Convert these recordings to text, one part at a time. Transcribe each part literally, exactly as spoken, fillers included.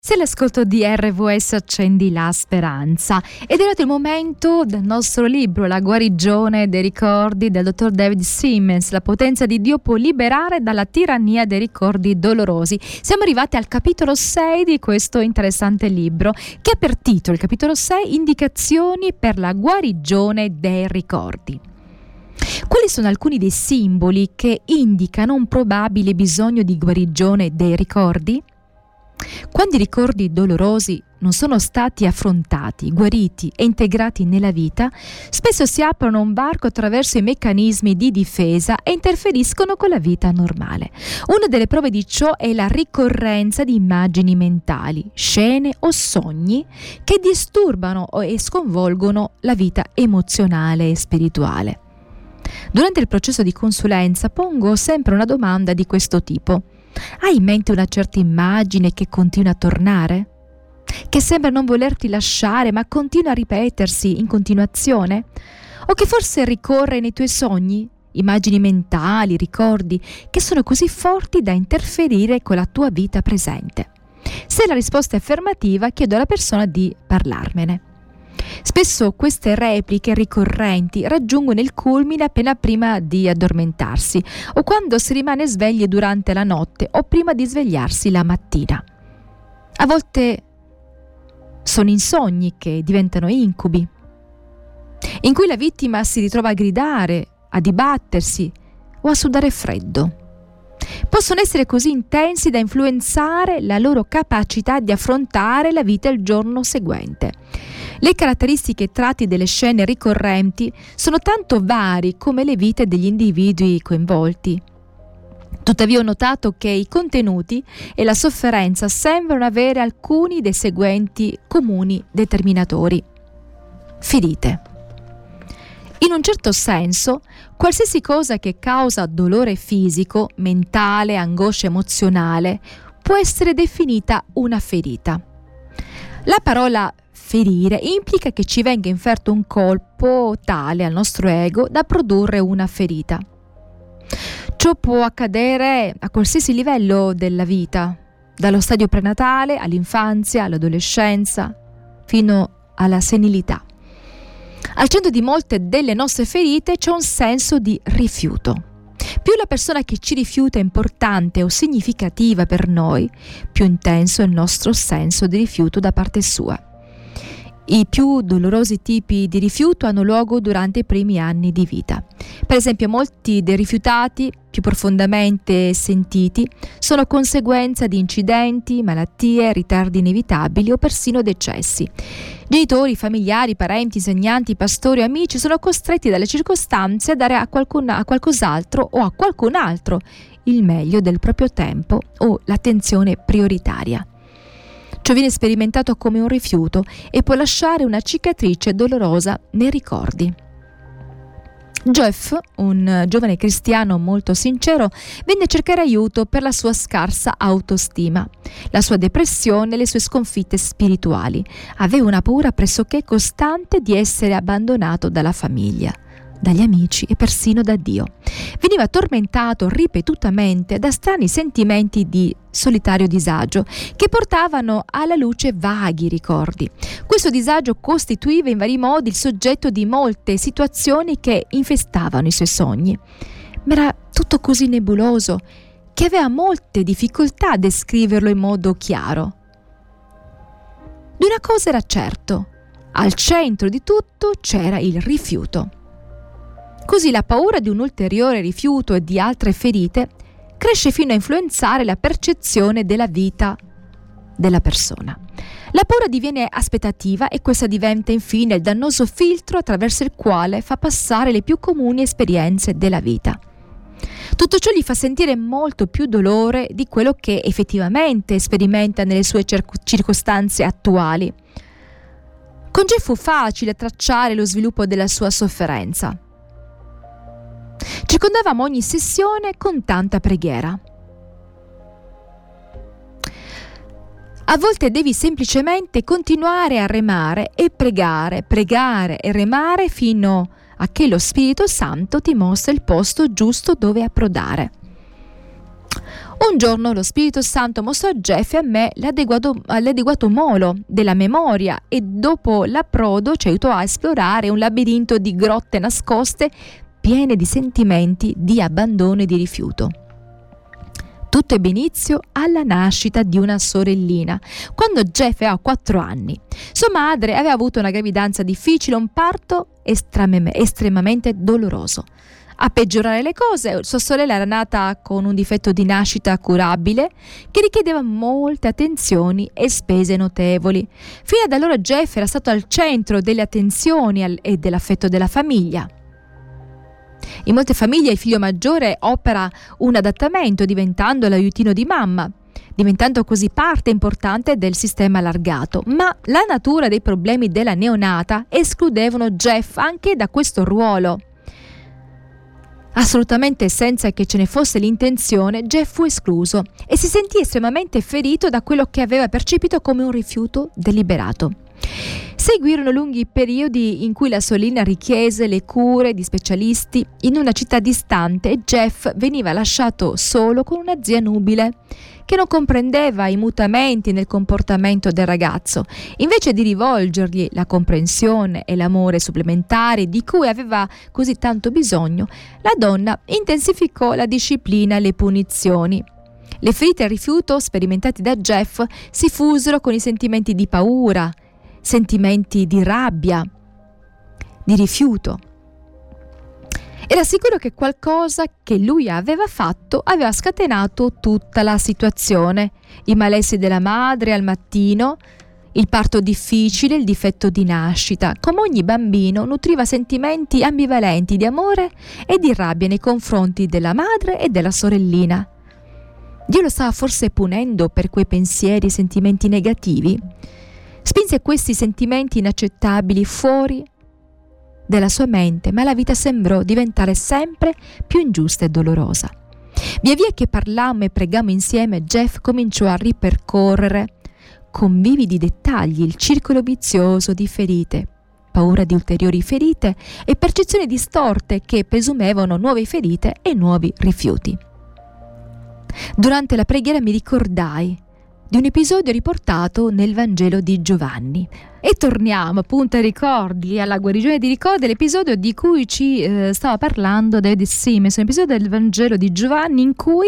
Se l'ascolto di R V S accendi la speranza ed è arrivato il momento del nostro libro La guarigione dei ricordi del dottor David Simmons. La potenza di Dio può liberare dalla tirannia dei ricordi dolorosi. Siamo arrivati al capitolo sei di questo interessante libro che ha per titolo, il capitolo sei, Indicazioni per la guarigione dei ricordi. Quali sono alcuni dei simboli che indicano un probabile bisogno di guarigione dei ricordi? Quando i ricordi dolorosi non sono stati affrontati, guariti e integrati nella vita, spesso si aprono un varco attraverso i meccanismi di difesa e interferiscono con la vita normale. Una delle prove di ciò è la ricorrenza di immagini mentali, scene o sogni che disturbano e sconvolgono la vita emozionale e spirituale. Durante il processo di consulenza pongo sempre una domanda di questo tipo. Hai in mente una certa immagine che continua a tornare? Che sembra non volerti lasciare ma continua a ripetersi in continuazione? O che forse ricorre nei tuoi sogni? Immagini mentali, ricordi che sono così forti da interferire con la tua vita presente? Se la risposta è affermativa, chiedo alla persona di parlarmene. Spesso queste repliche ricorrenti raggiungono il culmine appena prima di addormentarsi o quando si rimane svegli durante la notte o prima di svegliarsi la mattina. A volte sono in sogni che diventano incubi, in cui la vittima si ritrova a gridare, a dibattersi o a sudare freddo. Possono essere così intensi da influenzare la loro capacità di affrontare la vita il giorno seguente. Le caratteristiche e tratti delle scene ricorrenti sono tanto vari come le vite degli individui coinvolti. Tuttavia ho notato che i contenuti e la sofferenza sembrano avere alcuni dei seguenti comuni determinatori. Ferite. In un certo senso, qualsiasi cosa che causa dolore fisico, mentale, angoscia emozionale può essere definita una ferita. La parola ferire implica che ci venga inferto un colpo tale al nostro ego da produrre una ferita. Ciò può accadere a qualsiasi livello della vita, dallo stadio prenatale all'infanzia, all'adolescenza, fino alla senilità. Al centro di molte delle nostre ferite c'è un senso di rifiuto. Più la persona che ci rifiuta è importante o significativa per noi, più intenso è il nostro senso di rifiuto da parte sua. I più dolorosi tipi di rifiuto hanno luogo durante i primi anni di vita. Per esempio, molti dei rifiutati più profondamente sentiti sono conseguenza di incidenti, malattie, ritardi inevitabili o persino decessi. Genitori, familiari, parenti, insegnanti, pastori o amici sono costretti dalle circostanze a dare a, qualcun, a qualcos'altro o a qualcun altro il meglio del proprio tempo o l'attenzione prioritaria. Ciò viene sperimentato come un rifiuto e può lasciare una cicatrice dolorosa nei ricordi. Jeff, un giovane cristiano molto sincero, venne a cercare aiuto per la sua scarsa autostima, la sua depressione e le sue sconfitte spirituali. Aveva una paura pressoché costante di essere abbandonato dalla famiglia, dagli amici e persino da Dio. Veniva tormentato ripetutamente da strani sentimenti di solitario disagio che portavano alla luce vaghi ricordi. Questo disagio costituiva in vari modi il soggetto di molte situazioni che infestavano i suoi sogni. Ma era tutto così nebuloso che aveva molte difficoltà a descriverlo in modo chiaro. Di una cosa era certo: al centro di tutto c'era il rifiuto. Così la paura di un ulteriore rifiuto e di altre ferite cresce fino a influenzare la percezione della vita della persona. La paura diviene aspettativa e questa diventa infine il dannoso filtro attraverso il quale fa passare le più comuni esperienze della vita. Tutto ciò gli fa sentire molto più dolore di quello che effettivamente sperimenta nelle sue circ- circostanze attuali. Con Jeff fu facile tracciare lo sviluppo della sua sofferenza. Circondavamo ogni sessione con tanta preghiera. A volte devi semplicemente continuare a remare e pregare, pregare e remare fino a che lo Spirito Santo ti mostra il posto giusto dove approdare. Un giorno lo Spirito Santo mostrò a Jeff e a me l'adeguato, l'adeguato molo della memoria e dopo l'approdo ci aiutò a esplorare un labirinto di grotte nascoste piene di sentimenti di abbandono e di rifiuto. Tutto ebbe inizio alla nascita di una sorellina, quando Jeff aveva quattro anni. Sua madre aveva avuto una gravidanza difficile, un parto estrem- estremamente doloroso. A peggiorare le cose, sua sorella era nata con un difetto di nascita curabile che richiedeva molte attenzioni e spese notevoli. Fino ad allora Jeff era stato al centro delle attenzioni e dell'affetto della famiglia. In molte famiglie il figlio maggiore opera un adattamento diventando l'aiutino di mamma, diventando così parte importante del sistema allargato, ma la natura dei problemi della neonata escludevano Jeff anche da questo ruolo. Assolutamente senza che ce ne fosse l'intenzione, Jeff fu escluso e si sentì estremamente ferito da quello che aveva percepito come un rifiuto deliberato. Seguirono lunghi periodi in cui la sorellina richiese le cure di specialisti in una città distante e Jeff veniva lasciato solo con una zia nubile che non comprendeva i mutamenti nel comportamento del ragazzo. Invece di rivolgergli la comprensione e l'amore supplementari di cui aveva così tanto bisogno, la donna intensificò la disciplina e le punizioni. Le ferite e il rifiuto sperimentati da Jeff si fusero con i sentimenti di paura, sentimenti di rabbia, di rifiuto. Era sicuro che qualcosa che lui aveva fatto aveva scatenato tutta la situazione. I malessi della madre al mattino, il parto difficile, il difetto di nascita. Come ogni bambino nutriva sentimenti ambivalenti di amore e di rabbia nei confronti della madre e della sorellina. Dio lo stava forse punendo per quei pensieri e sentimenti negativi? Spinse questi sentimenti inaccettabili fuori della sua mente, ma la vita sembrò diventare sempre più ingiusta e dolorosa. Via via che parlammo e pregammo insieme, Jeff cominciò a ripercorrere con vividi dettagli il circolo vizioso di ferite, paura di ulteriori ferite e percezioni distorte che presumevano nuove ferite e nuovi rifiuti. Durante la preghiera mi ricordai di un episodio riportato nel Vangelo di Giovanni. E torniamo appunto ai ricordi, alla guarigione di ricordi, l'episodio di cui ci eh, stava parlando David Simmons, un episodio del Vangelo di Giovanni in cui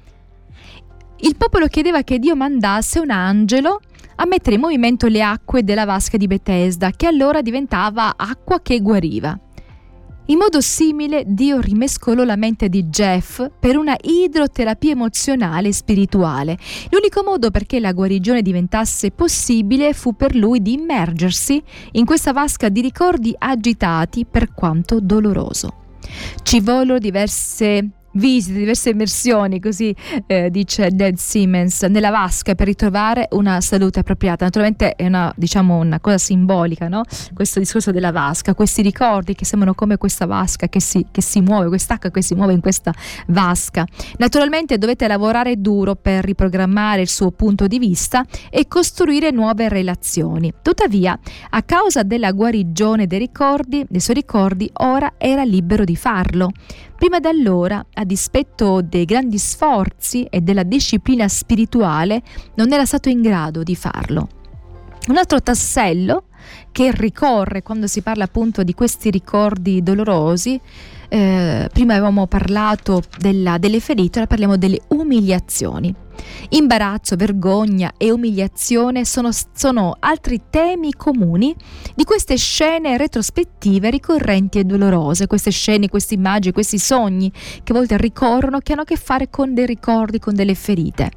il popolo chiedeva che Dio mandasse un angelo a mettere in movimento le acque della vasca di Betesda, che allora diventava acqua che guariva. In modo simile Dio rimescolò la mente di Jeff per una idroterapia emozionale e spirituale. L'unico modo perché la guarigione diventasse possibile fu per lui di immergersi in questa vasca di ricordi agitati per quanto doloroso. Ci vollero diverse visite, diverse immersioni, così eh, dice David Simmons, nella vasca per ritrovare una salute appropriata. Naturalmente è una, diciamo, una cosa simbolica, no? Questo discorso della vasca, questi ricordi che sembrano come questa vasca che si, che si muove, quest'acqua che si muove in questa vasca. Naturalmente dovete lavorare duro per riprogrammare il suo punto di vista e costruire nuove relazioni. Tuttavia, a causa della guarigione dei ricordi, dei suoi ricordi, ora era libero di farlo. Prima da allora, a dispetto dei grandi sforzi e della disciplina spirituale, non era stato in grado di farlo. Un altro tassello che ricorre quando si parla appunto di questi ricordi dolorosi, eh, prima avevamo parlato della, delle ferite, ora parliamo delle umiliazioni. Imbarazzo, vergogna e umiliazione sono, sono altri temi comuni di queste scene retrospettive ricorrenti e dolorose, queste scene, queste immagini, questi sogni che a volte ricorrono, che hanno a che fare con dei ricordi, con delle ferite.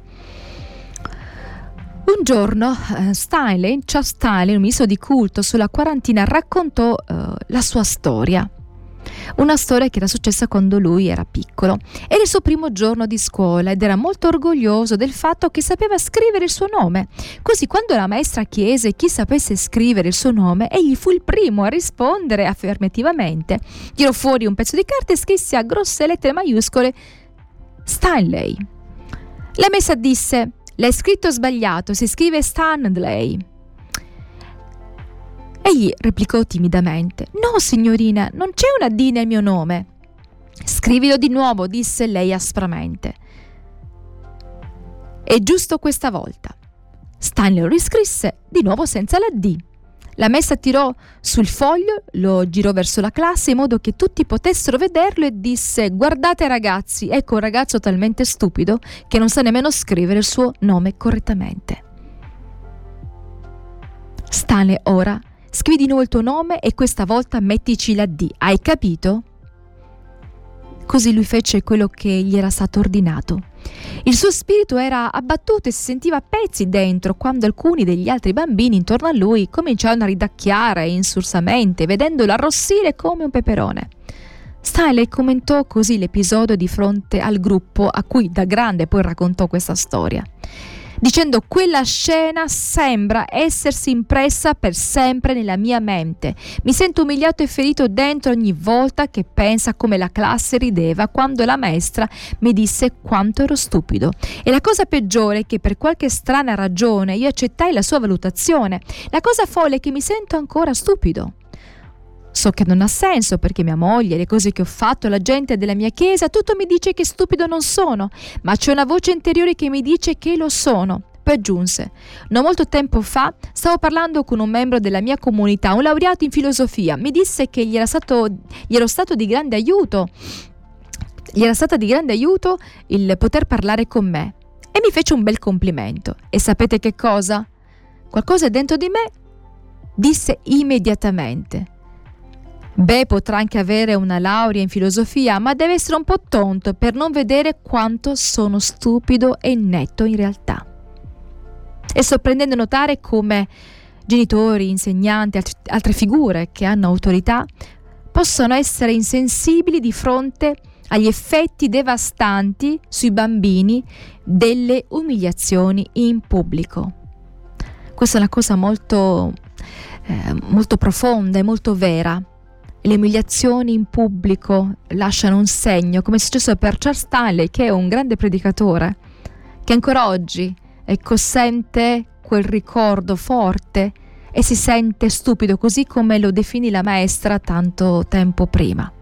Un giorno uh, Stanley, Charles Stanley, un ministro di culto sulla quarantina, raccontò uh, la sua storia. Una storia che era successa quando lui era piccolo. Era il suo primo giorno di scuola ed era molto orgoglioso del fatto che sapeva scrivere il suo nome. Così quando la maestra chiese chi sapesse scrivere il suo nome, egli fu il primo a rispondere affermativamente. Tirò fuori un pezzo di carta e scrisse a grosse lettere maiuscole Stanley. La maestra disse: "L'hai scritto sbagliato, si scrive Stanley." Egli replicò timidamente: "No, signorina, non c'è una D nel mio nome." "Scrivilo di nuovo", disse lei aspramente. E giusto questa volta Stanley lo riscrisse di nuovo senza la D. La maestra tirò sul foglio, lo girò verso la classe in modo che tutti potessero vederlo e disse: guardate ragazzi, ecco un ragazzo talmente stupido che non sa nemmeno scrivere il suo nome correttamente. Stanley, ora scrivi di nuovo il tuo nome e questa volta mettici la D, hai capito? Così lui fece quello che gli era stato ordinato. Il suo spirito era abbattuto e si sentiva a pezzi dentro quando alcuni degli altri bambini intorno a lui cominciarono a ridacchiare insulsamente, vedendolo arrossire come un peperone. Stanley commentò così l'episodio di fronte al gruppo a cui da grande poi raccontò questa storia, dicendo: quella scena sembra essersi impressa per sempre nella mia mente. Mi sento umiliato e ferito dentro ogni volta che pensa come la classe rideva quando la maestra mi disse quanto ero stupido. E la cosa peggiore è che per qualche strana ragione io accettai la sua valutazione. La cosa folle è che mi sento ancora stupido. So che non ha senso perché mia moglie, le cose che ho fatto, la gente della mia chiesa, tutto mi dice che stupido non sono, ma c'è una voce interiore che mi dice che lo sono. Poi aggiunse: non molto tempo fa stavo parlando con un membro della mia comunità, un laureato in filosofia. Mi disse che gli era stato, gli ero stato di grande aiuto, gli era stata di grande aiuto il poter parlare con me e mi fece un bel complimento. E sapete che cosa? Qualcosa dentro di me disse immediatamente: beh, potrà anche avere una laurea in filosofia, ma deve essere un po' tonto per non vedere quanto sono stupido e netto in realtà. È sorprendente notare come genitori, insegnanti, alt- altre figure che hanno autorità possono essere insensibili di fronte agli effetti devastanti sui bambini delle umiliazioni in pubblico. Questa è una cosa molto, eh, molto profonda e molto vera. Le umiliazioni in pubblico lasciano un segno, come è successo per Charles Stanley, che è un grande predicatore, che ancora oggi ecco, sente quel ricordo forte e si sente stupido, così come lo definì la maestra tanto tempo prima.